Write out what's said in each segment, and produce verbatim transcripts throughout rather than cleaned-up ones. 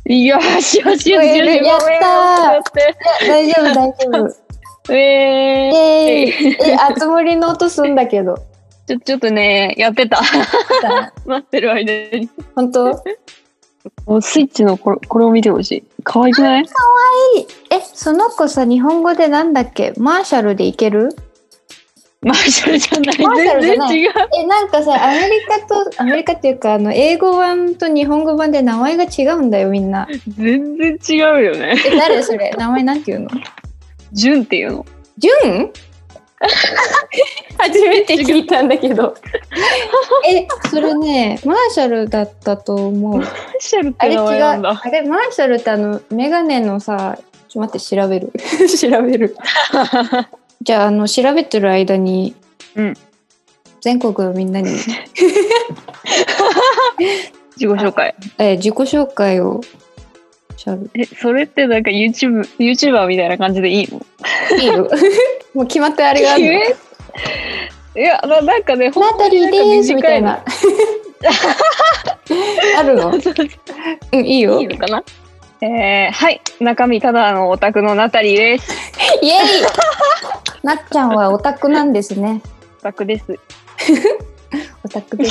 よしよしよしよし、 やったー。大丈夫大丈夫。 えー、 えー、え、あつ森の音すんだけど。 ちょちょっとねやってた。待ってる間に。 本当？ スイッチのこれ、これを見てほしい。可愛くない？ 可愛い。え、その子さ、日本語でなんだっけ？マーシャルでいける？ マーシャルじゃない。 マーシャルじゃない。 全然違う。 え、なんかさ、アメリカとアメリカっていうか、あの英語版と日本語版で名前が違うんだよ、みんな。 全然違うよね。 え、誰それ？名前なんていうの？ ジュンっていうの。 ジュン？初めて聞いたんだけど。え、それね、マーシャルだったと思う。 マーシャルっあれ違う。 て名前なんだ。 あれ、マーシャルってあのメガネのさ、ちょっと待って、調べる。調べる。じゃあ、あの調べてる間に、 うん、 全国のみんなに自己紹介。 え自己紹介をしゃべえ、それってなんか YouTube、YouTuber みたいな感じでいいの？ いいよ。もう決まってあれがあるの。 いやな、なんかね、 ナタリーですみたいな。あるの？うん、いいよ。 いいのかな？えー、はい、中身ただのオタクのナタリーです。 イエイ。なっちゃんはオタクなんですね。 オタクです。 オタクです。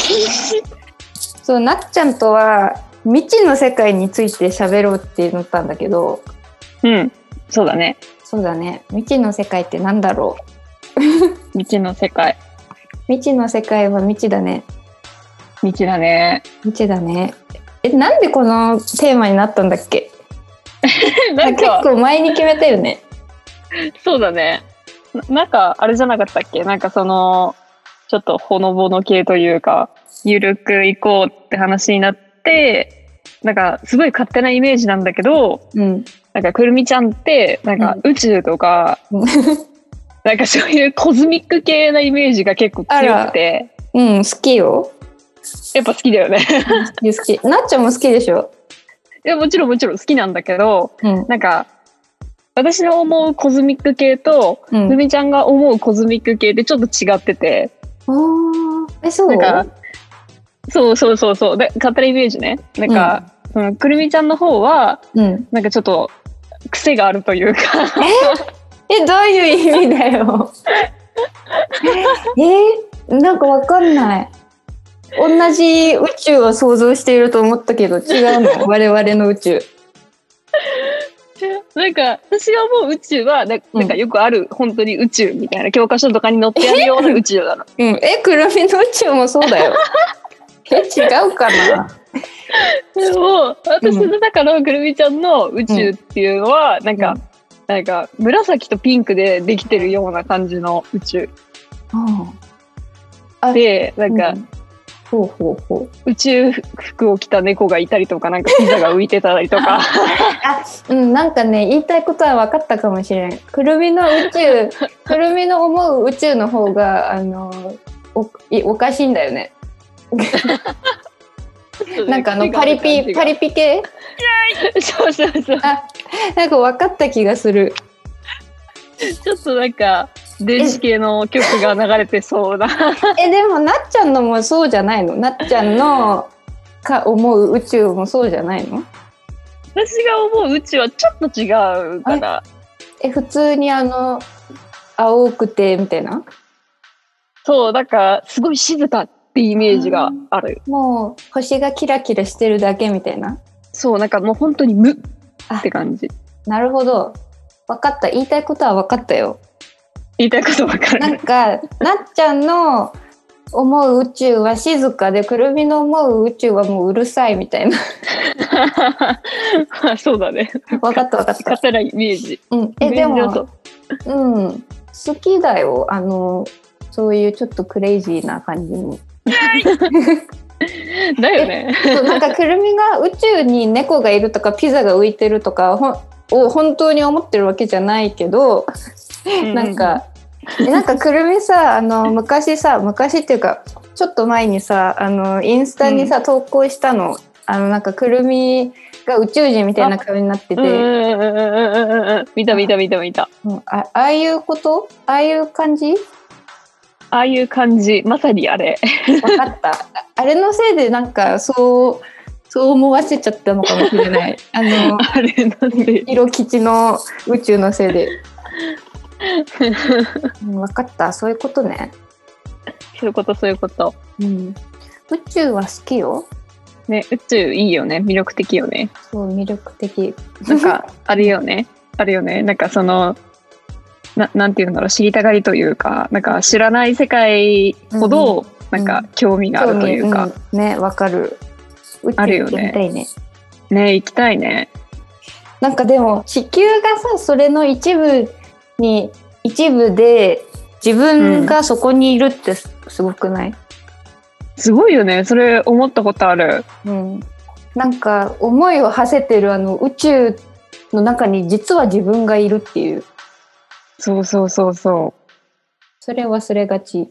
そう、なっちゃんとは未知の世界について喋ろうって思ったんだけど。 うん、そうだね。 そうだね。未知の世界ってなんだろう。未知の世界。 未知の世界は未知だね。 未知だね。 未知だね。え、なんでこのテーマになったんだっけ？なんか結構前に決めたよね。 そうだね。な, なんかあれじゃなかったっけ？なんかそのちょっとほのぼの系というかゆるくいこうって話になって、なんかすごい勝手なイメージなんだけど、うん、なんかくるみちゃんってなんか宇宙とか、うん、なんかそういうコズミック系なイメージが結構強くて、 うん、好きよ。 やっぱ好きだよね。 好き好き。なっちゃんも好きでしょ？ いや、もちろんもちろん好きなんだけど、うん、なんか私の思うコズミック系と、うん、ふみちゃんが思うコズミック系ってちょっと違ってて、 あえそうなんかそうそうそうそうで勝手なイメージね。なんか、うん、そのくるみちゃんの方は、うん、なんかちょっと癖があるというかええどういう意味だよ。えー、なんかわかんない。同じ宇宙を想像していると思ったけど違うの？我々の宇宙。 なんか私が思う宇宙はな ん, なんかよくある、うん、本当に宇宙みたいな教科書とかに載ってあるような宇宙なの。 うん、えくるみの宇宙もそうだよ。え違うかな。 でも私の中のくるみちゃんの宇宙っていうのは、うん、なんか、うん、なんか紫とピンクでできてるような感じの宇宙、うん、でなんか、うんほうほうほう宇宙服を着た猫がいたりとか、なんかピザが浮いてたりとかあ、うん、なんかね言いたいことは分かったかもしれん。くるみの宇宙くるみの思う宇宙の方があの お, おかしいんだよね。なんかあのパリピパリピ系そうそうそうあなんか分かった気がする。 ちょっとなんか電子系の曲が流れてそうなえでもなっちゃんのもそうじゃないの？なっちゃんのか思う宇宙もそうじゃないの？ 私が思う宇宙はちょっと違うから。 え普通にあの青くてみたいな？ そうだからすごい静かってイメージがある。 もう星がキラキラしてるだけみたいな？ そうなんかもう本当に無って感じ。 なるほど分かった。言いたいことは分かったよ。 言いたいこと分かる。 なんかなっちゃんの思う宇宙は静かで、くるみの思う宇宙はもううるさいみたいな。 まあそうだね。 分かった分かった。 勝手なイメージ。 うん、えでも、うん、好きだよ。あのそういうちょっとクレイジーな感じに。 だよね。 なんかくるみが宇宙に猫がいるとかピザが浮いてるとかほを本当に思ってるわけじゃないけど。なんか、なんかくるみさあの昔さ昔っていうかちょっと前にさあのインスタにさ、うん、投稿したの。あのなんかくるみが宇宙人みたいな顔になってて、 見た見た見た見た、 うん、あ, ああいうことああいう感じああいう感じまさにあれ。 分かった。あれのせいでなんかそうそう思わせちゃったのかもしれない。あのあれなんで色吉の宇宙のせいで。うん、分かった、そういうことね。 そういうことそういうこと、 うん、宇宙は好きよ。 ね、宇宙いいよね、魅力的よね。 そう魅力的。 なんかあれよねあれよねなんかそのななんていうんだろう、知りたがりというか、なんか知らない世界ほどなんか興味があるというか、 うんうん、ね、わかる。宇宙行きたいね。 ね、行きたいね。 なんかでも地球がさ、それの一部に一部で自分がそこにいるってすごくない？うん、 すごいよね。それ思ったことある。 うん。なんか思いを馳せてるあの宇宙の中に実は自分がいるっていう。 そうそうそうそう。 それ忘れがち。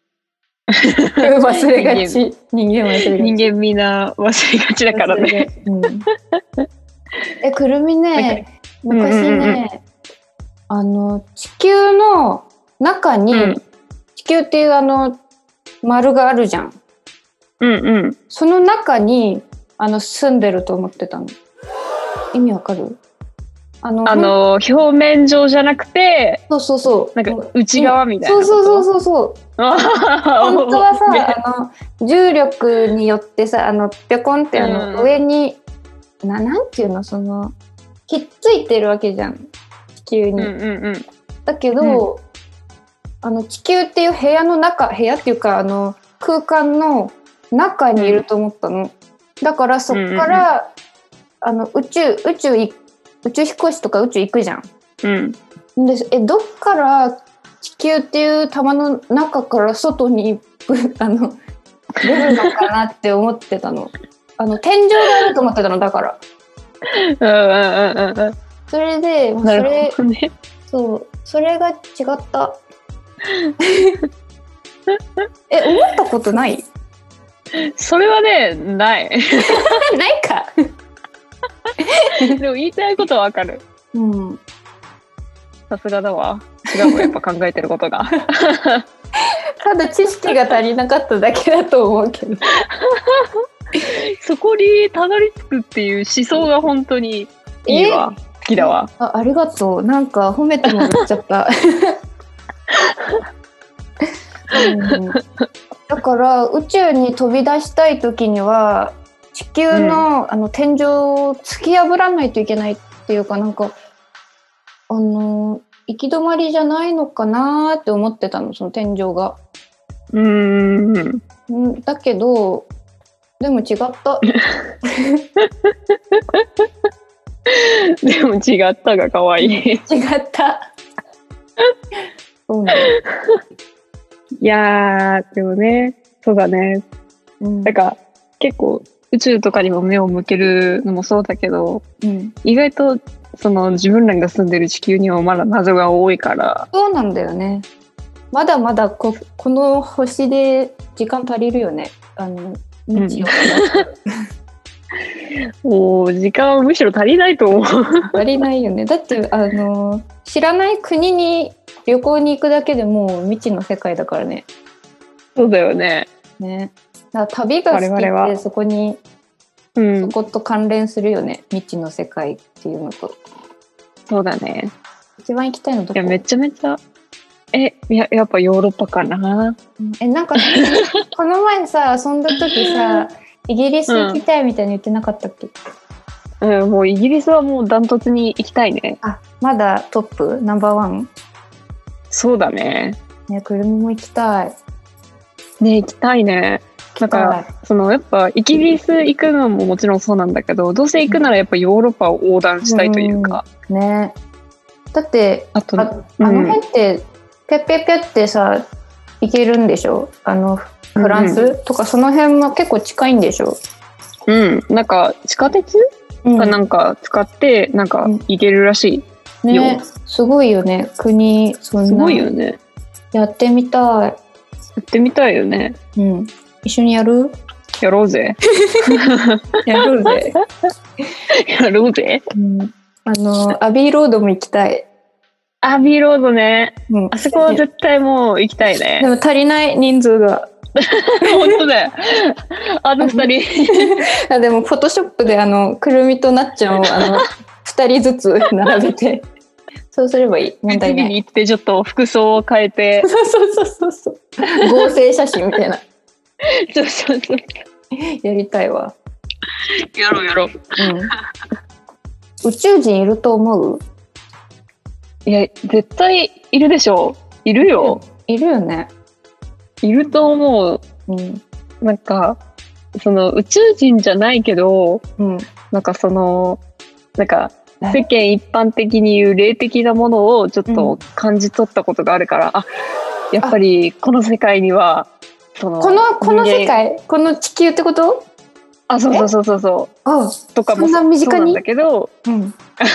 忘れがち。人間忘れがち。 人間みんな忘れがちだからね。 うん、え、くるみね、昔ね、うんうんうん、あの地球の中に、うん、地球っていうあの丸があるじゃん。 うんうん。 その中にあの住んでると思ってたの。意味わかる？ あの、あの表面上じゃなくて、 そうそうそう、 なんか内側みたいな。 そうそうそうそう本当はさ、あの重力によってさ、あのぴょこんってあの上に、うん、ななんていうの、そのひっついてるわけじゃん、地球に。うんうんうん、だけど、うん、あの地球っていう部屋の中、部屋っていうかあの空間の中にいると思ったの。うん、だからそっから、うんうんうん、あの宇宙宇宙行宇宙飛行士とか宇宙行くじゃん。うん、でえどっから地球っていう玉の中から外にあの出るのかなって思ってたの。あの天井があると思ってたのだから。それで、まあ、それ、ね、そうそれが違った。え思ったことない？ それはねないないか。 でも言いたいことはわかる。うん。さすがだわ。違うわ、やっぱ考えてることが。 ただ知識が足りなかっただけだと思うけど。 そこにたどり着くっていう思想が本当にいいわ。好きだわ。 あ、ありがとう。なんか褒めてもらっちゃった。うん、だから宇宙に飛び出したい時には地球の、うん、あの天井を突き破らないといけないっていうか、なんかあの行き止まりじゃないのかなって思ってたの、その天井が。うーん。だけどでも違った。 でも違ったが可愛い。 違った。そうなの。 いやーでもね、そうだね。うん、なんか結構宇宙とかにも目を向けるのもそうだけど、うん、意外とその自分らが住んでる地球にはまだ謎が多いから。 そうなんだよね。まだまだ こ, この星で時間足りるよね。あの未知を、 うん、もう時間はむしろ足りないと思う。 足りないよね。だってあの知らない国に旅行に行くだけでもう未知の世界だからね。 そうだよね。 ね。だから旅が好きってそこに、うん、そこと関連するよね。未知の世界っていうのと。 そうだね。 一番行きたいのどこ？ いやめちゃめちゃえややっぱヨーロッパかな。 えなんかこの前さ遊んだ時さイギリス行きたいみたいに言ってなかったっけ？ うん、うん、もうイギリスはもうダントツに行きたいね。 あまだトップナンバーワン？ そうだね。 ね車も行きたい。 ね行きたいね。だからそのやっぱイギリス行くのももちろんそうなんだけど、どうせ行くならやっぱヨーロッパを横断したいというか。 うん、ね。だってあと あ, あの辺ってピャッピャッピャってさ行けるんでしょ？あのフランス、うん、とかその辺も結構近いんでしょ？ うんなんか地下鉄かなんか使ってなんか行けるらしいよ、うん、 ねすごいよね。国そんなすごいよね。 やってみたい。やってみたいよね。 うん一緒にやる？ やろうぜ。 やろうぜ。 やろうぜ。 うん、あのアビーロードも行きたい。 アビーロードね、うん、あそこは絶対もう行きたいね。 でも足りない人数が。 本当だよ。あの二人。 あでもフォトショップであのくるみとなっちゃんをあの二人ずつ並べてそうすればいい。問題ない。 次に行ってちょっと服装を変えて。 そうそうそうそうそう。合成写真みたいな。 そうそうそう。 やりたいわ。 やろうやろう。 うん。宇宙人いると思う？ いや絶対いるでしょ。いるよ。 いるよね。 いると思う。 うん。 なんかその宇宙人じゃないけど、 うん、 なんかそのなんか世間一般的に言う霊的なものをちょっと感じ取ったことがあるから、うん、あやっぱりこの世界にはそのこのこの世界この地球ってこと？ あそうそうそうそうそうあとかもそんな身近にそうなんだけど、 うん、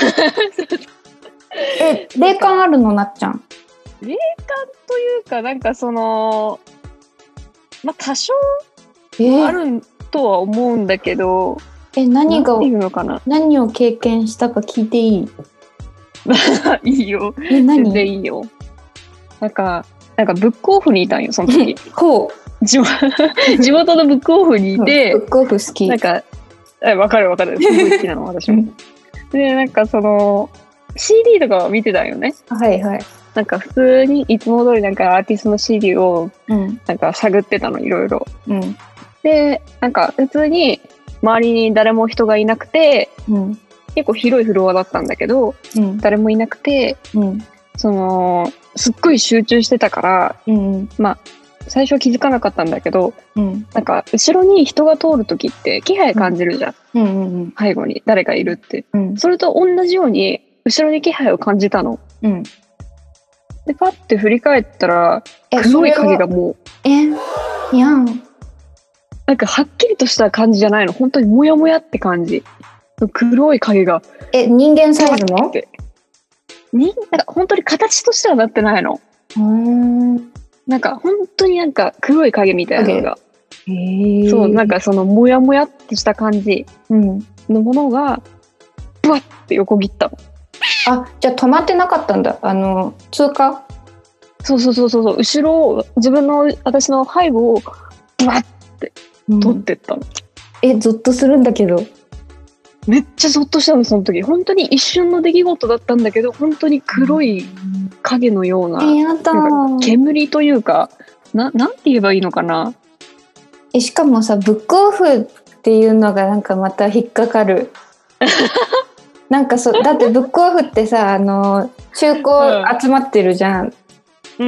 え霊感あるのなっちゃん？ 霊感というかなんかそのまあ多少あるとは思うんだけど、 えー、え何が何ていうのかな、 何を経験したか聞いていい？ いいよ。 え何？ 全然いいよ。なんかなんかブックオフにいたんよその時。 ほう。 地元地元のブックオフにいて、 ブックオフ好き。 なんかえ分かる分かるすごい好きなの私も。でなんかその シーディー とかを見てたんよね。 はいはい。 なんか普通にいつも通りなんかアーティストの シーディー をなんか探ってたのいろいろ。うん、でなんか普通に周りに誰も人がいなくて、うん、結構広いフロアだったんだけど、うん、誰もいなくて、うん、そのすっごい集中してたから、うんうん、まあ最初は気づかなかったんだけど、うん、なんか後ろに人が通る時って気配感じるじゃん、うんうんうん、背後に誰かいるって、うん、それと同じように後ろに気配を感じたの、うん、でパッて振り返ったら黒い影がもうえいやんなんかはっきりとした感じじゃないの、本当にモヤモヤって感じ、黒い影がえ人間サイズのになんか本当に形としてはなってないの、うーんなんか本当になんか黒い影みたいなのが、へーそうなんかそのモヤモヤってした感じのものがブワッて横切ったの。 あじゃあ止まってなかったんだ、あの通過。 そうそうそうそう後ろを自分の私の背後をブワッて取ってったの、うん、 えゾッとするんだけど。 めっちゃゾッとしたのその時。本当に一瞬の出来事だったんだけど本当に黒い影のような、うん、 やだなんか煙というか な, なんて言えばいいのかな。 えしかもさブックオフっていうのがなんかまた引っかかるなんかそだってブックオフってさあの中古集まってるじゃん、うん、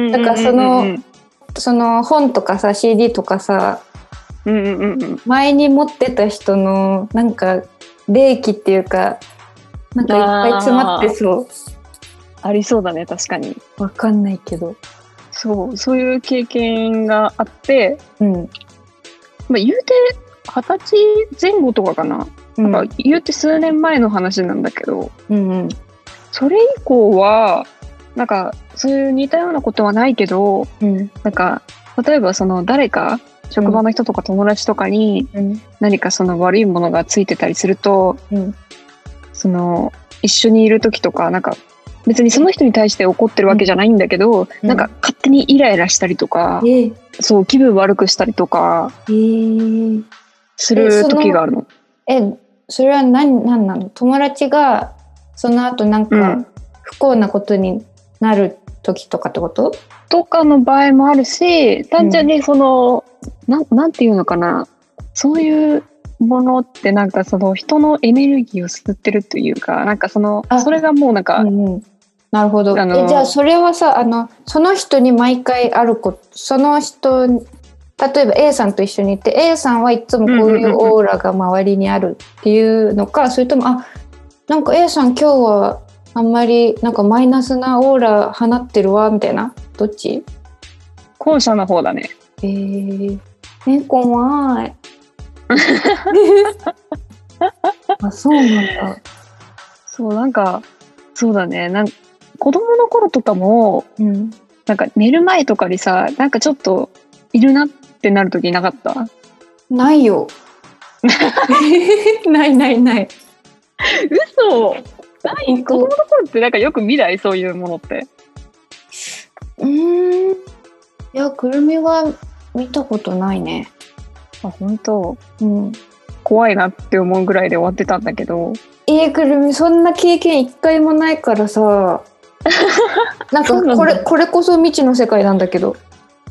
だからその、うんうんうん、その本とかさ シーディー とかさ、うんうんうんうん、前に持ってた人のなんか霊気っていうかなんかいっぱい詰まってそう。 あ, ありそうだね確かに。 わかんないけどそうそういう経験があって、うんまあ、言うてはたちぜん後とかかな、うん、なんか言うて数年前の話なんだけど、うんうん、それ以降はなんかそういう似たようなことはないけど、うん、なんか例えばその誰か職場の人とか友達とかに何かその悪いものがついてたりすると、うん、その一緒にいる時とかなんか別にその人に対して怒ってるわけじゃないんだけど、うん、なんか勝手にイライラしたりとか、うん、そう気分悪くしたりとかする時があるの。 え、そ, えそれは何、何なの？友達がその後なんか不幸なことになる時とかってこと？ とかの場合もあるし、単純にその、うん、な, なんていうのかな、そういうものってなんかその人のエネルギーを吸ってるというか、なんかそのそれがもうなんか、うんうん、 なるほど。あのえじゃあそれはさ、あのその人に毎回あること、その人例えば A さんと一緒にいて A さんはいつもこういうオーラが周りにあるっていうのか、それともあなんか A さん今日はあんまりなんかマイナスなオーラ放ってるわみたいな、どっち？ 後者の方だね。 えー、ね怖いあそうなんだ。 そうなんかそうだね、なん子供の頃とかも、うん、なんか寝る前とかにさなんかちょっといるなってなる時なかった？ ないよないないない。 嘘。ない子供の頃ってなんかよく見ないそういうものって。 うーんいやくるみは見たことないね。 あ、本当。 うん。 怖いなって思うぐらいで終わってたんだけど。 えー、くるみそんな経験一回もないからさ。なんかこれこれこそ未知の世界なんだけど。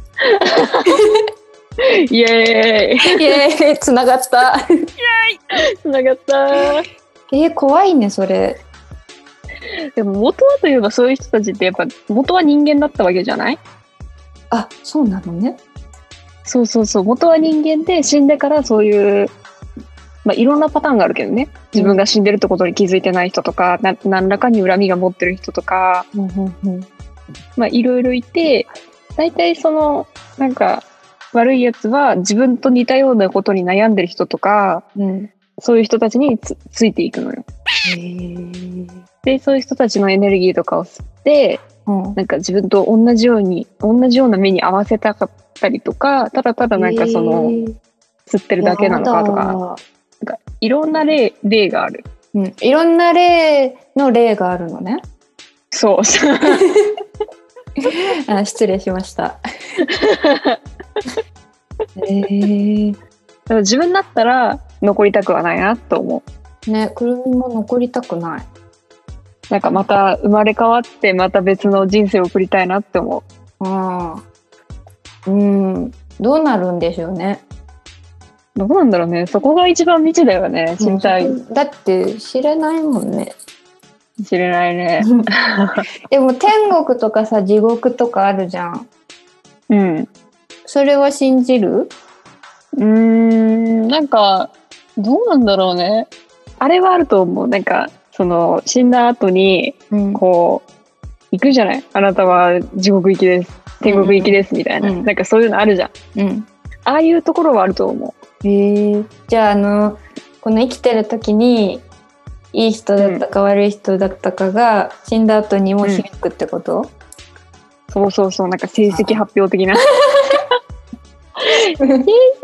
イエーイ。 イエーイ、つながった。 イエーイ、つながった。 えー、怖いねそれ。 でも元はといえばそういう人たちってやっぱ元は人間だったわけじゃない？ あ、そうなのね。 そうそうそう、元は人間で死んでからそういう、まあ、いろんなパターンがあるけどね、自分が死んでるってことに気づいてない人とか、な何らかに恨みが持ってる人とか、 うんうんうん、 まあいろいろいて、大体そのなんか悪いやつは自分と似たようなことに悩んでる人とか、うん、そういう人たちに つ, ついていくのよ。へー。でそういう人たちのエネルギーとかを吸って、うん、なんか自分と同じように同じような目に合わせたかったりとか、ただただなんかその吸ってるだけなのかとか、なんかいろんな 例, 例がある、 うん、いろんな例の例があるのね。 そうあ、失礼しました。えー、 だから自分だったら残りたくはないなと思うね。くるみも残りたくない。 なんかまた生まれ変わってまた別の人生を送りたいなって思う。 ああ、うん、どうなるんでしょうね。 どうなんだろうね。そこが一番未知だよね。知りたい。 だって知れないもんね。 知れないね。 でも天国とかさ、地獄とかあるじゃん。 うん。 それは信じる？ うーん、なんかどうなんだろうね。あれはあると思う。なんかその死んだ後にこう、うん、行くじゃない。あなたは地獄行きです、天国行きですみたいな、うん、なんかそういうのあるじゃん。うん、ああいうところはあると思う。 へえ。じゃああのこの生きてる時にいい人だったか悪い人だったかが死んだ後にも響くってこと？うん、 そうそうそう、なんか成績発表的な。成績発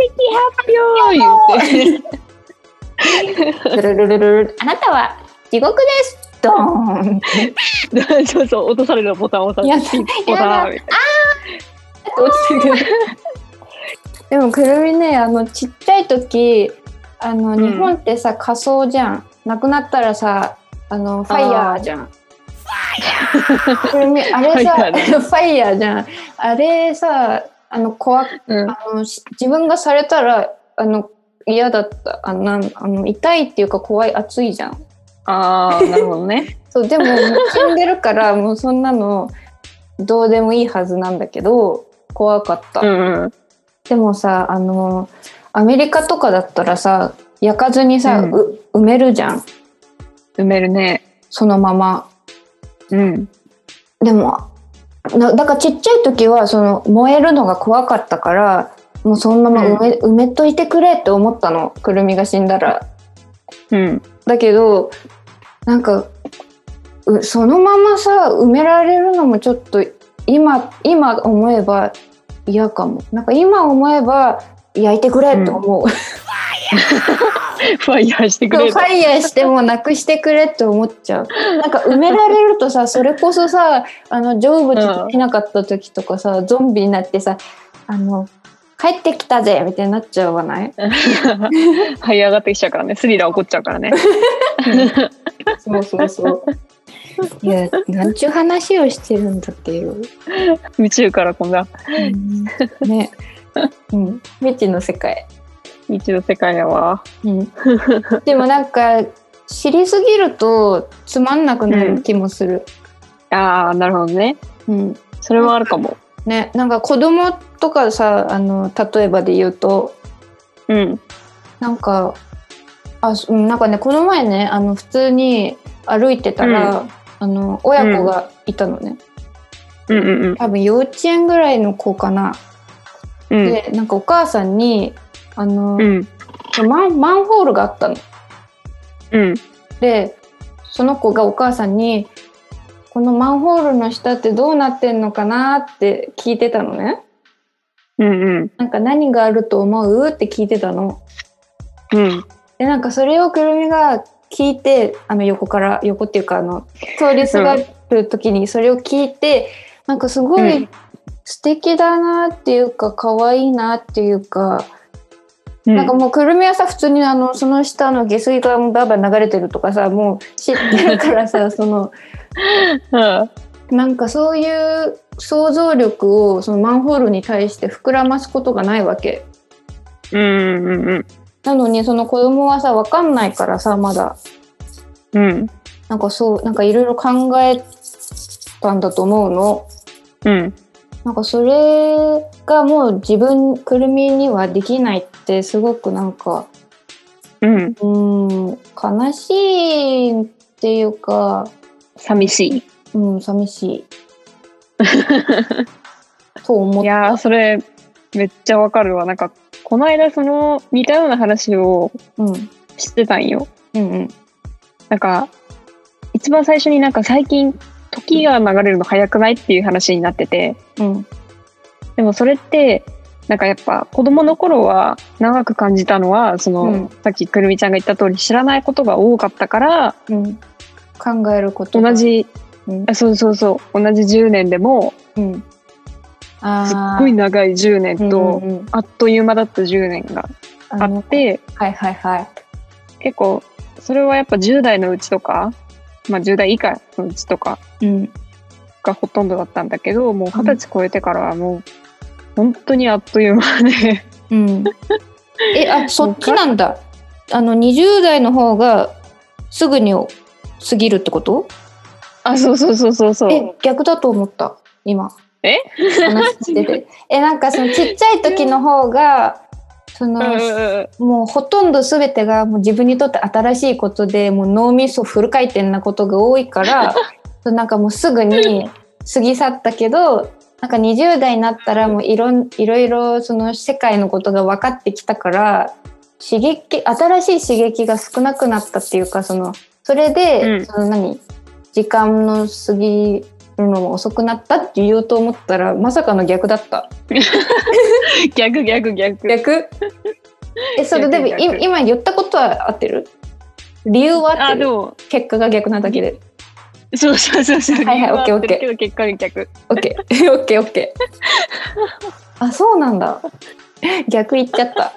表言うて。 ルルルルル、あなたは地獄です。ドーン。 そうそう、落とされるボタンを押されて、ボタンみたいな。あ落ちてくる。でもくるみね、あのちっちゃい時、あの日本ってさ、うん、仮想じゃん。亡くなったらさ、あのファイヤーじゃん。ファイヤー。くるみあれさ、ファイヤー、ね、ファイヤーじゃん。あれさ、あの怖、うん、あの自分がされたらあの嫌だった。あなんあの痛いっていうか怖い、熱いじゃん。 ああ、なるほどね。 そう、でももう死んでるからもうそんなのどうでもいいはずなんだけど怖かった。うんうん、でもさ、あのアメリカとかだったらさ、焼かずにさ、うん、う埋めるじゃん。 埋めるね。 そのまま。 うん。 でもなだからちっちゃい時はその燃えるのが怖かったからもうそのまま埋め、うん、埋めといてくれって思ったの、くるみが死んだら。うん。だけどなんかそのままさ埋められるのもちょっと今今思えば嫌かも。なんか今思えば焼いてくれって思う。うん、 ファイヤーしてくれ。 ファイヤーしてもなくしてくれって思っちゃう。なんか埋められるとさ、それこそさ、あの成仏できなかった時とかさ、うん、ゾンビになってさ、あの帰ってきたぜみたいになっちゃわない？ 這い上がってきちゃうからね。スリラー起こっちゃうからね。 そうそうそう。いや、なんちゅう話をしてるんだっていう。 宇宙からこんな、 うん、ね、うん、未知の世界。 未知の世界やわ。 うん、でもなんか知りすぎるとつまんなくなる気もする。 うん、ああ、なるほどね。うん、それはあるかも。 ね、なんか子供とかさ、あの例えばで言うと、うん、なんかあ、なんかね、この前ね、あの普通に歩いてたら、うん、あの親子がいたのね。うんうんうん、多分幼稚園ぐらいの子かな。うん、で、なんかお母さんにあの、うん、マン、マンホールがあったの。うん、で、その子がお母さんにこのマンホールの下ってどうなってんのかなって聞いてたのね。うんうん、なんか何があると思うって聞いてたの。うん、でなんかそれをくるみが聞いて、あの横から横っていうかあの通りすがる時にそれを聞いて、うん、なんかすごい、うん、 素敵だなっていうか可愛いなっていうか、 うん、 なんかもうくるみはさ普通にあのその下の下水がバーバー流れてるとかさもう知ってるからさその、うん、なんかそういう想像力をそのマンホールに対して膨らますことがないわけ。 うんうんうん、 なのにその子供はさ分かんないからさまだ、 うん、 なんかそうなんかいろいろ考えたんだと思うの。 うん、 なんかそれがもう自分くるみにはできないってすごくなんか、 うん、 うーん悲しいっていうか寂しい、 うん、寂しいと思った。 いやーそれめっちゃわかるわ。なんかこの間その似たような話をしてたんよ、 うんうん、 なんか一番最初になんか最近時が流れるの早くないっていう話になってて、 うん、 でもそれってなんかやっぱ子供の頃は長く感じたのはその、うん、さっきくるみちゃんが言った通り知らないことが多かったから、 うん、考えること同じ、うん、あそうそうそう同じじゅうねんでも、うん、あすっごい長いじゅうねんと、うんうん、あっという間だったじゅうねんがあって、 はいはいはい、 結構それはやっぱじゅう代のうちとか、まあ、じゅう代以下のうちとかがほとんどだったんだけど、もうはたち超えてからはもう本当にあっという間で、 うん、えあそっちなんだ。あのにじゅう代の方がすぐに過ぎるってこと？ あそうそうそうそうそう。 え逆だと思った今。 え話しててえなんかそのちっちゃい時の方がその、うん、もうほとんど全てがもう自分にとって新しいことでもう脳みそフル回転なことが多いからなんかもうすぐに過ぎ去ったけどなんかにじゅう代になったらもういろいろいろその世界のことが分かってきたから刺激新しい刺激が少なくなったっていうかそのそれで、うん、その何時間の過ぎるのも遅くなったって言おうと思ったらまさかの逆だった逆逆逆逆えそれでも今言ったことは合ってる？理由は合ってる？あでも結果が逆なだけでそうそうそうそうはいはいオッケーオッケーけど結果が逆オッケーオッケーオッケーあそうなんだ逆言っちゃった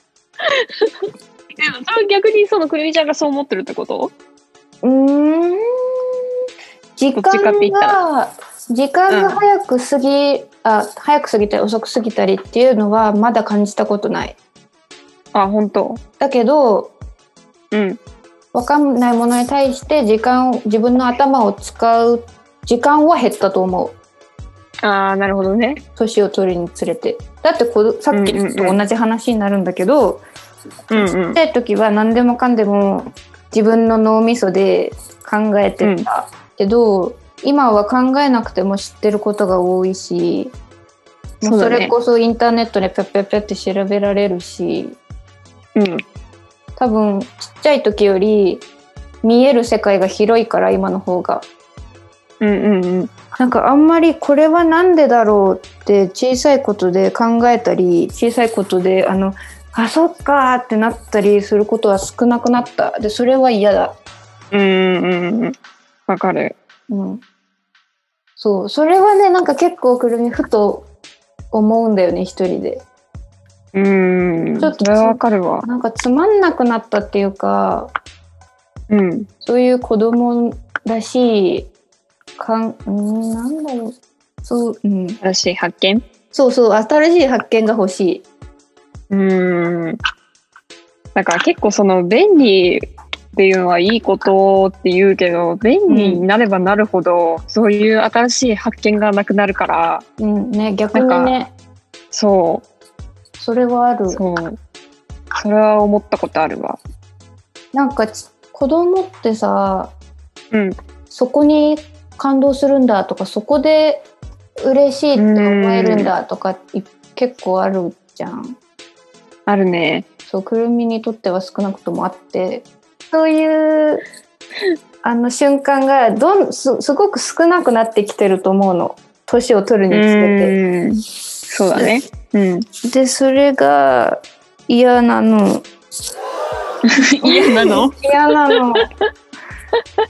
でもそれ逆にそのくるみちゃんがそう思ってるってこと？ うーん時間が時間が早く過ぎ、うん、あ早く過ぎたり遅く過ぎたりっていうのはまだ感じたことない。 あ本当？ だけど、 うん、 分かんないものに対して時間を自分の頭を使う時間は減ったと思う。 あーなるほどね。 年を取るにつれてだってこさっきと同じ話になるんだけど、うんうん、ちっちゃい時は何でもかんでも自分の脳みそで考えてた、うんけど今は考えなくても知ってることが多いし、もうそれこそインターネットでピャッピャッピャって調べられるし、 うん、 多分ちっちゃい時より見える世界が広いから今の方が、 うんうんうん、 なんかあんまりこれはなんでだろうって小さいことで考えたり小さいことであのあそっかってなったりすることは少なくなった。でそれは嫌だ。 うんうんうんわかる、 うん、そうそれはねなんか結構くるみふと思うんだよね一人で。 うーんちょっとそれはわかるわ。 なんかつまんなくなったっていうか、 うん、 そういう子供らしいかんんなんだろうそう、うん、 新しい発見そうそう新しい発見が欲しい。 うーんだから結構その便利っていうのはいいことって言うけど便利になればなるほど、うん、そういう新しい発見がなくなるから、 うんね、逆にねそうそれはある。 そうそれは思ったことあるわ。 なんか子供ってさ、 うん、 そこに感動するんだとかそこで嬉しいって思えるんだとか結構あるじゃん。 あるね。 そうくるみにとっては少なくともあってそういうあの瞬間がどん す, すごく少なくなってきてると思うの年を取るにつれて。 うんそうだね、うん、 でそれが嫌なの嫌なの嫌なの、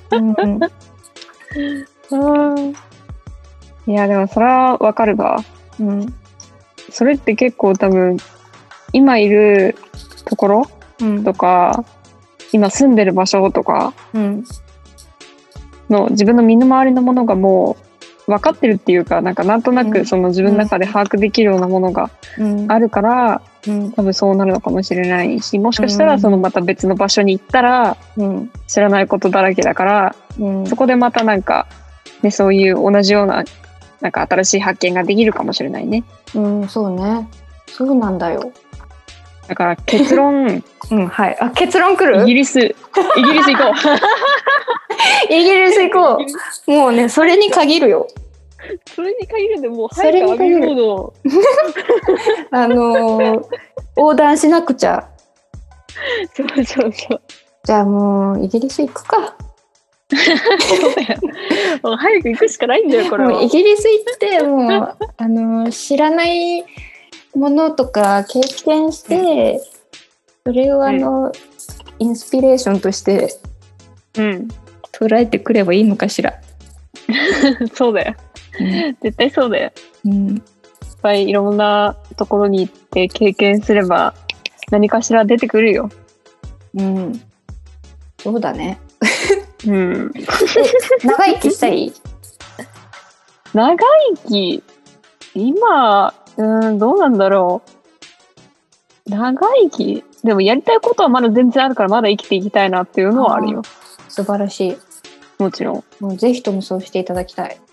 うん、 いやでもそれはわかるわ。 うん、 それって結構多分今いるところうんとか、今住んでる場所とかうんの自分の身の回りのものがもう分かってるっていうか、なんかなんとなくその自分の中で把握できるようなものがあるから、 うん、 多分そうなるのかもしれないし、もしかしたらそのまた別の場所に行ったら知らないことだらけだから、 うん、 そこでまたなんか、ね、そういう同じようななんか新しい発見ができるかもしれないね。 うん、そうね。そうなんだよ。 だから結論、 うん、はい。あ、結論来る？ イギリス、イギリス行こう。イギリス行こう。もうね、それに限るよ。 それに限るんで、もう早くアビーロードを。 あのー、横断しなくちゃ。 そうそうそう。 じゃあもうイギリス行くか。 そうだよ。もう早く行くしかないんだよ、これは。 もうイギリス行ってもうあのー、知らないものとか経験して、それをあの、うん、インスピレーションとして捉えてくればいいのかしら。 そうだよ、うん、絶対そうだよ、 うん、 いっぱいいろんなところに行って経験すれば何かしら出てくるよ。 うん、そうだね。 うん、 長生きしたい？ 長生き今うん、どうなんだろう。長生きでもやりたいことはまだ全然あるから、まだ生きていきたいなっていうのはあるよ。 素晴らしい。 もちろん。 もうぜひともそうしていただきたい。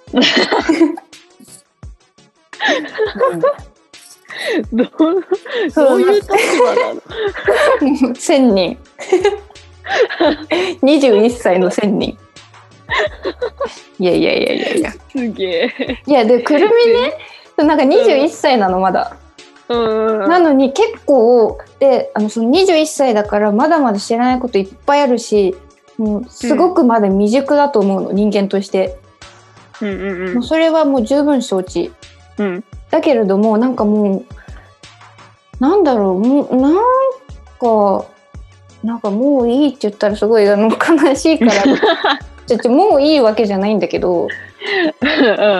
うん、どう、どういう立場なの？ 千人。にじゅういっさいの千人。いやいやいやいやいや。 すげえ。 いやでくるみね。なんかにじゅういっさいなのまだ、 うん、 なのに結構であのそのにじゅういっさいだからまだまだ知らないこといっぱいあるし、もうすごくまだ未熟だと思うの、うん、人間として、 うんうんうん、 もうそれはもう十分承知、 うん、 だけれどもなんかもうなんだろう、もうなんかなんかもういいって言ったらすごいあの悲しいからちょちょもういいわけじゃないんだけど、 うん、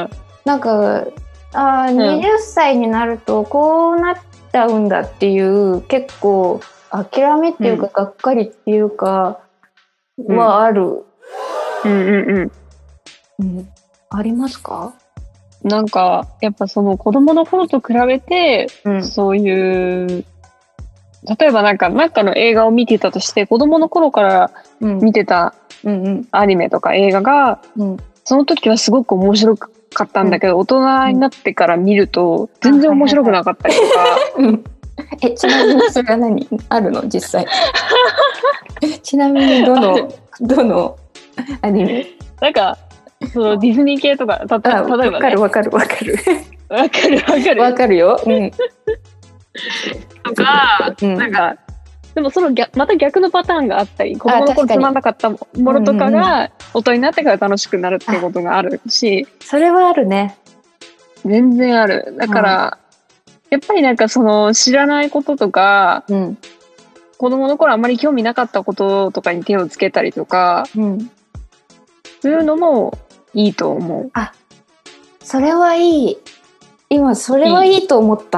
なんかあー、はたちになるとこうなっちゃうんだっていう結構諦めっていうか、うん、がっかりっていうかはある、 うんうんうんうん、ありますか？ なんかやっぱその子供の頃と比べて、うん、そういう例えばなんかなんかの映画を見てたとして、子供の頃から見てたアニメとか映画が、うんうん、その時はすごく面白くかったんだけど、うん、大人になってから見ると全然面白くなかったりとか、 うん、えちなみにそれは何あるの実際？ちなみにどのどのアニメ？ なんかそのディズニー系とか、た例えばね、 わかるわかるわかるわかるわかるわかるよ、うん、 とか、うん、なんかでもその逆また逆のパターンがあったり、子供の頃つまんなかったものとかが大人になってから楽しくなるっていうことがあるし、 それはあるね。 全然ある。だから、うん、やっぱりなんかその知らないこととか、うん、子供の頃あんまり興味なかったこととかに手をつけたりとか、うん、そういうのもいいと思う。 あ、それはいい。今それはいいと思った。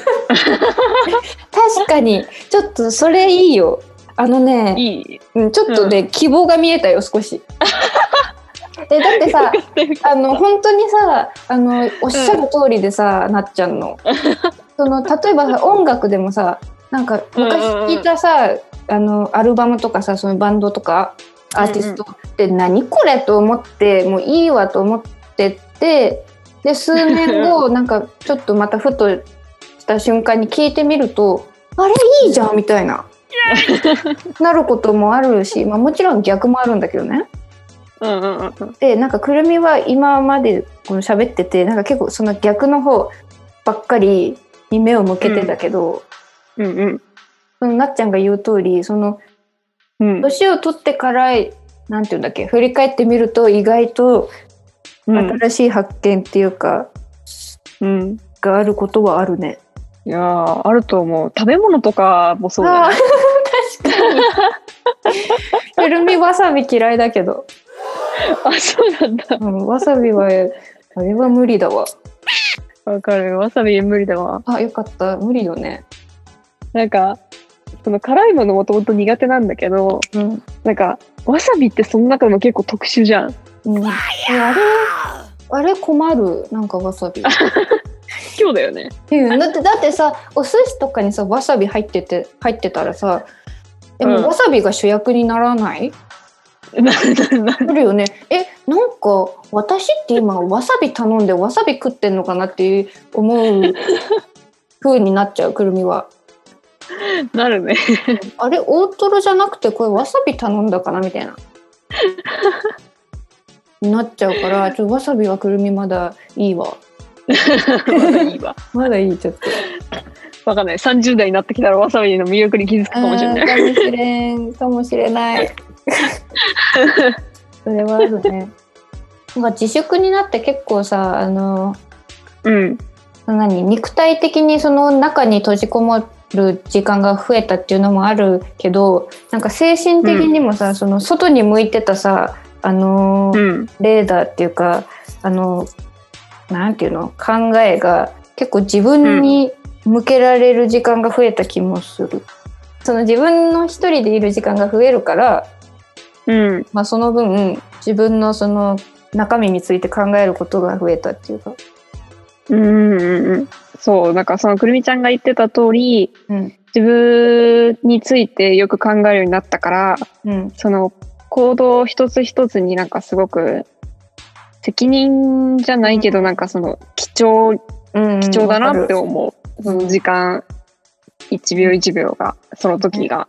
確かにちょっとそれいいよ。あのね、 いい、 うん、ちょっとね、うん、希望が見えたよ少し。えだってさあの本当にさあのおっしゃる通りでさ、うん、なっちゃんのその例えばさ音楽でもさなんか昔聞いたさ、うんうん、あのアルバムとかさそのバンドとかアーティストって何これと思ってもういいわと思ってってで数年後なんかちょっとまたふとした瞬間に聞いてみるとあれいいじゃんみたいななることもあるし、まあ、もちろん逆もあるんだけどね。 うんうんうん、 でなんかくるみは今までこの喋っててなんか結構その逆の方ばっかりに目を向けてたけど、 うんうんうん、 そのなっちゃんが言う通りその、うん、年を取ってからなんていうんだっけ振り返ってみると意外と新しい発見っていうか、うん、があることはあるね。 いやーあると思う。食べ物とかもそうだね。 確かにくるみわさび嫌いだけどあそうなんだ、 うん、わさびはあれは無理だわ。 わかる。わさび無理だわ。 あ、よかった。無理よね。 なんか、その辛いものもともと苦手なんだけど、 うん。 なんか、わさびってその中でも結構特殊じゃん。 うん、あれあれ困る。なんかわさび。 今日だよね。 うん、だってだってさ、お寿司とかにさわさび入ってて入ってたらさ、でも、 うんわさびが主役にならない？ ななななるよね。え、なんか私って今わさび頼んでわさび食ってんのかなって思う風になっちゃう、くるみは。 なるね。 あれ大トロじゃなくてこれわさび頼んだかなみたいななっちゃうから、ちょっとわさびはくるみまだいいわ。 まだいいわ。 まだいい、ちょっと。 わかんない。さんじゅう代になってきたらわさびの魅力に気づくかもしれない。 かもしれん、かもしれない。それはあるね。なんか自粛になって結構さ、あの、 うん。 何、肉体的にその中に閉じこもる時間が増えたっていうのもあるけど、なんか精神的にもさ、うん、その外に向いてたさ、あの、うん、レーダーっていうか、あの、なんていうの、考えが結構自分に向けられる時間が増えた気もする。うん、その自分の一人でいる時間が増えるから、うん、まあその分自分のその中身について考えることが増えたっていうか。 うんうんうん、そう、なんかそのくるみちゃんが言ってた通り、うん、自分についてよく考えるようになったから、うん、その行動一つ一つになんかすごく責任じゃないけど、うん、なんかその貴重、うん、貴重だなって思う。その時間一秒一秒が、その時が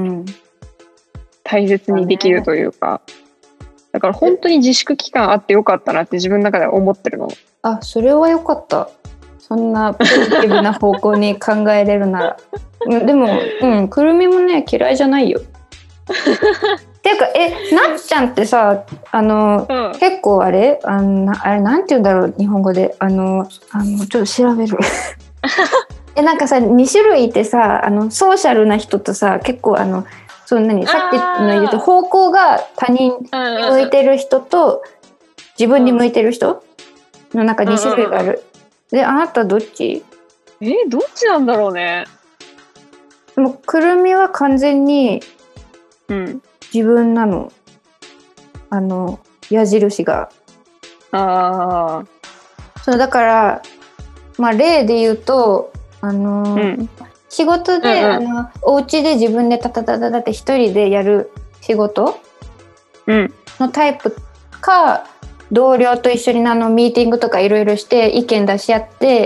大切にできるというか、だから本当に自粛期間あってよかったなって自分の中では思ってるの。 あ、それはよかった。そんなポジティブな方向に考えれるなら。でも、うん、くるみもね嫌いじゃないよ。ていうか、え、なっちゃんってさ、あの、うん、結構あれ、あの、あれなんて言うんだろう、日本語で、あの、あのちょっと調べる。え、なんかさ、に種類いてさ、あのソーシャルな人とさ、結構あの、そう何、さっきの言うと方向が他人に向いてる人と自分に向いてる人の中に種類がある。で、あなたどっち？ え、どっちなんだろうね。 もうくるみは完全に自分なの。あの矢印が。 ああ。 そうだからまあ例で言うとあのー。うん、仕事で、うんうん、あのお家で自分でタタタタタって一人でやる仕事のタイプか、うん、同僚と一緒にあのミーティングとかいろいろして意見出し合って、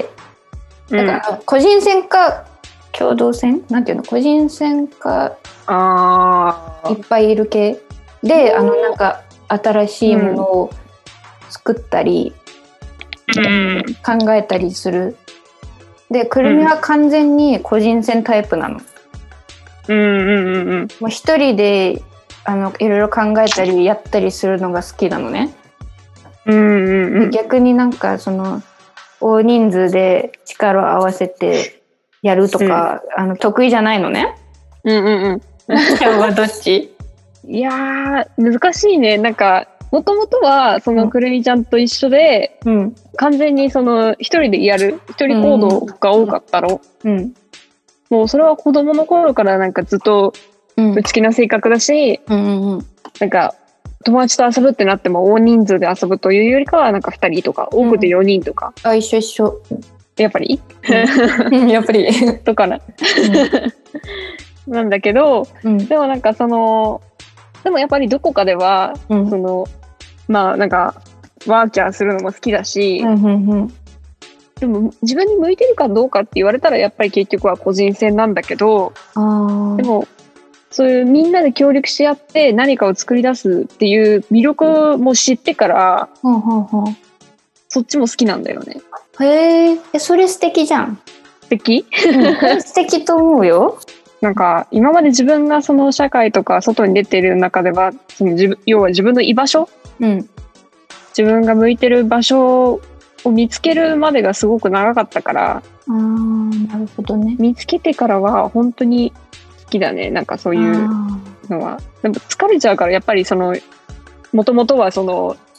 だから個人戦か共同戦なんていうの、個人戦かあいっぱいいる系で、あのなんか新しいものを作ったり、うん、考えたりする。で、くるみは完全に個人戦タイプなの。 うんうんうんうん。 もう一人であのいろいろ考えたりやったりするのが好きなのね。 うんうんうん。 逆になんかその大人数で力を合わせてやるとか、うん、あの得意じゃないのね。 うんうんうん。 なっちゃんはどっち？ いやー難しいね。なんかもともとはそのくるみちゃんと一緒で、うん、完全にその一人でやる一人行動が多かったの、うんうん、もうそれは子供の頃からなんかずっと内気な性格だし、うんうんうん、なんか友達と遊ぶってなっても大人数で遊ぶというよりかはなんかふたりとか多くてよにんとか、 うん、あ、一緒一緒やっぱり、 うん、やっぱりとかな、うん、なんだけど、うん、でもなんかそのでもやっぱりどこかでは、うん、そのまあなんかワーキャーするのも好きだし、うんうんうん、でも自分に向いてるかどうかって言われたらやっぱり結局は個人戦なんだけど、あでもそういうみんなで協力し合って何かを作り出すっていう魅力も知ってから、うんうんうん、そっちも好きなんだよね。 へえ、それ素敵じゃん。 素敵？ うん、素敵と思うよ。 なんか今まで自分がその社会とか外に出てる中ではその自分要は自分の居場所、うん、自分が向いてる場所を見つけるまでがすごく長かったから、 あー、なるほどね。 見つけてからは本当に好きだね。なんかそういうのはでも疲れちゃうからやっぱりそのもともとはその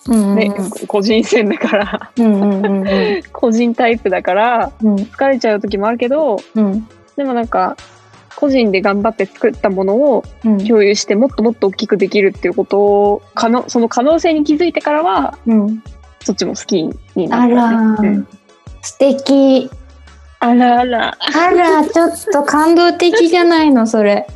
うんうんね、個人戦だから、 うんうんうんうん、 個人タイプだからうん疲れちゃう時もあるけど、 うん、 でもなんか個人で頑張って作ったものをうん共有してもっともっと大きくできるっていうことを可能その可能性に気づいてからは、 うん、 そっちも好きになあったら、 ね。うん、 素敵。 あらあら。 あら、ちょっと感動的じゃないのそれ。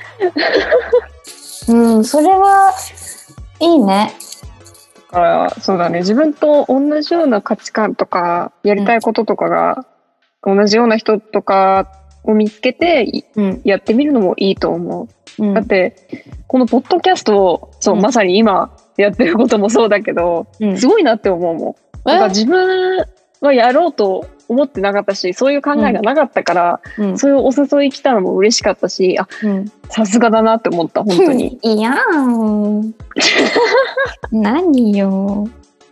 うん、それはいいね。 だからそうだね、自分と同じような価値観とかやりたいこととかが、うん、同じような人とかを見つけて、うん、やってみるのもいいと思う、うん、だってこのポッドキャストをそう、うん、まさに今やってることもそうだけど、うん、すごいなって思うもん。だから自分はやろうと思ってなかったし、そういう考えがなかったから、うん、そういうお誘い来たのも嬉しかったし、あ、さすがだなって思った、本当に。 いやー何よ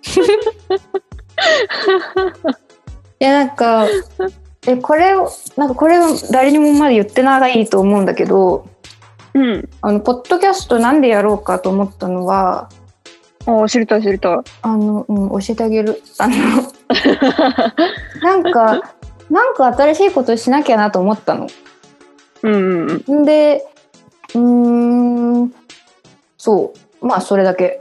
いやなんかえこれをなんかこれを誰にもまだ言ってないと思うんだけど、うん、あのポッドキャストなんでやろうかと思ったのは、 あ、知りたい知りたい。 あの、うん、教えてあげる。あのなんかなんか新しいことしなきゃなと思ったの。 うんうん、 で、うーん、そうまあそれだけ。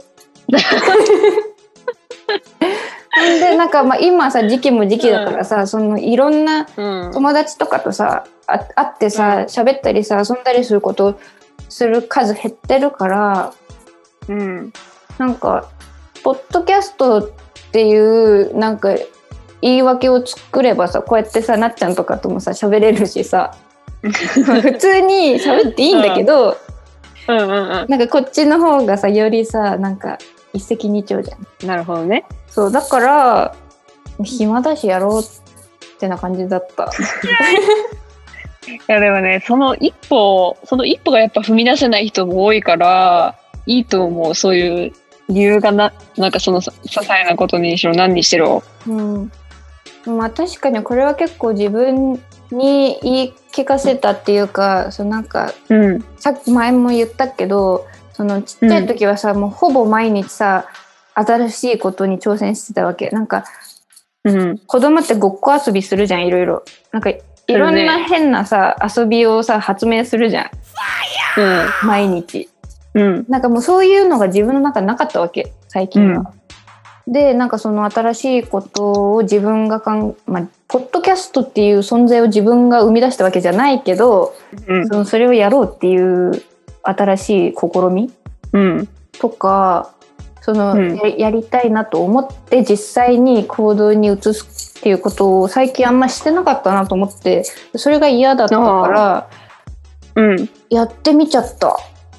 でなんかまあ今さ時期も時期だからさ、うん、そのいろんな友達とかとさ、うん、あ会ってさ喋ったりさ遊んだりすることする数減ってるから、うん、なんかポッドキャストっていうなんか言い訳を作ればさ、こうやってさなっちゃんとかともさ喋れるしさ普通に喋っていいんだけど、うんうんうんうん、なんかこっちの方がさよりさなんか一石二鳥じゃん。 なるほどね。 そうだから暇だしやろうってな感じだったいやでもね、その一歩その一歩がやっぱ踏み出せない人も多いからいいと思う。そういう理由がななんかその些細なことにしろ何にしろ、うん、 まあ確かにこれは結構自分に言い聞かせたっていうか、そのなんか、うん、さっき前も言ったけど、そのちっちゃい時はさ、うん、もうほぼ毎日さ新しいことに挑戦してたわけ。なんか、うん、子供ってごっこ遊びするじゃん、いろいろ。なんかいろんな変なさ、ね、遊びをさ発明するじゃん、うん、毎日、うん、なんかもうそういうのが自分の中になかったわけ最近は、うん、でなんかその新しいことを自分がかん、まあ、ポッドキャストっていう存在を自分が生み出したわけじゃないけど、うん、そのそれをやろうっていう新しい試み、うん、とかその、うん、や, やりたいなと思って実際に行動に移すっていうことを最近あんましてなかったなと思って、それが嫌だったから、うん、やってみちゃった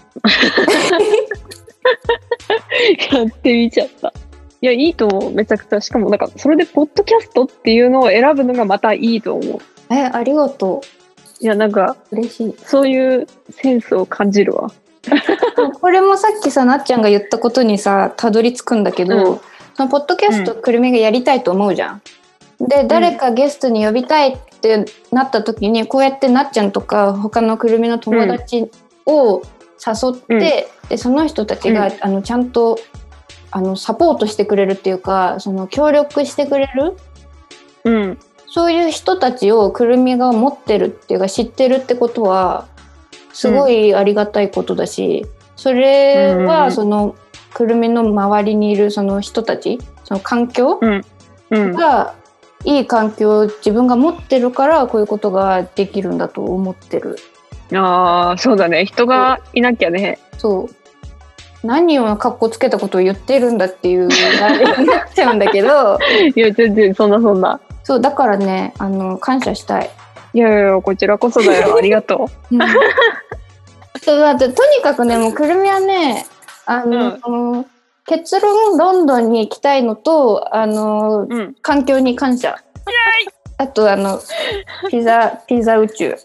やってみちゃった。いやいいと思う、めちゃくちゃ。しかもなんかそれでポッドキャストっていうのを選ぶのがまたいいと思う。 え、ありがとう。いやなんか嬉しい。 そういうセンスを感じるわこれもさっきさなっちゃんが言ったことにさたどり着くんだけど、うん、そのポッドキャストくるみがやりたいと思うじゃん、うん、で誰かゲストに呼びたいってなった時に、こうやってなっちゃんとか他のくるみの友達を誘って、うん、でその人たちが、うん、あのちゃんとあのサポートしてくれるっていうか、その協力してくれる、うん、そういう人たちをくるみが持ってるっていうか知ってるってことはすごいありがたいことだし、それはそのくるみの周りにいるその人たち、その環境がいい環境を自分が持ってるからこういうことができるんだと思ってる。 ああ、そうだね。人がいなきゃね。 そう。何をカッコつけたことを言ってるんだっていうあれになっちゃうんだけどいや全然そんなそんな。 そうだからね、あの感謝したい。 いやいやこちらこそだよありがとう、うん、 そうだってとにかくね、もうくるみはね、あの、うん、結論ロンドンに行きたいのと、あの、うん、環境に感謝。あとあのピザピザ宇宙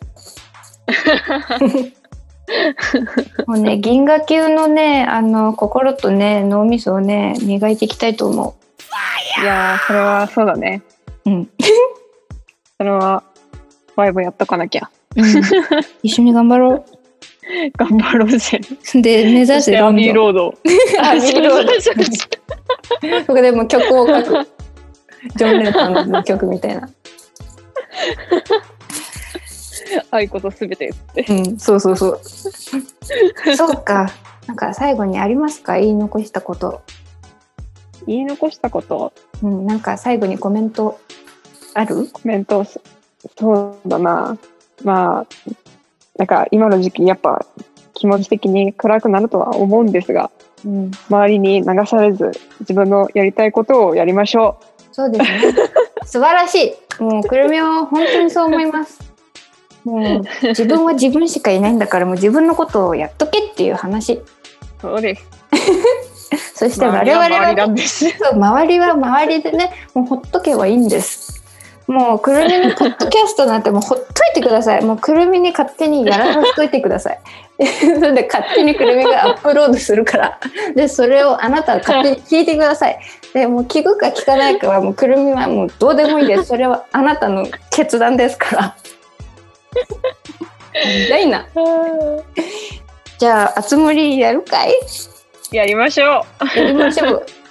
もうね、銀河系のね、あの心とね脳みそをね磨いていきたいと思う。いやーそれはそうだね。うんそれはワイブやっとかなきゃ、うん、 一緒に頑張ろう頑張ろうぜ。 で目指せアビーロードアビーロードここでもう曲を書く。ジョン・レノンの曲みたいな。 愛こそすべてって。 うん、そうそうそう。そうか。なんか最後にありますか？言い残したこと。 言い残したこと。 うん、なんか最後にコメントある？ コメント、そうだな。まあ、なんか今の時期やっぱ気持ち的に暗くなるとは思うんですが、うん、周りに流されず自分のやりたいことをやりましょう。 そうですね。素晴らしい。もうくるみは本当にそう思います。もう自分は自分しかいないんだから、もう自分のことをやっとけっていう話。 そうです。 そして我々は、 周りなんです。 そう、周りは周りでね、もうほっとけばいいんです。もうくるみのポッドキャストなんてもうほっといてください。もうくるみに勝手にやらさせといてください。それで勝手にくるみがアップロードするから、でそれをあなたは勝手に聞いてください。でもう聞くか聞かないかはもうくるみはもうどうでもいいです。それはあなたの決断ですから。じゃあいいな。じゃああつ森やるかい？ やりましょう。 やりましょう。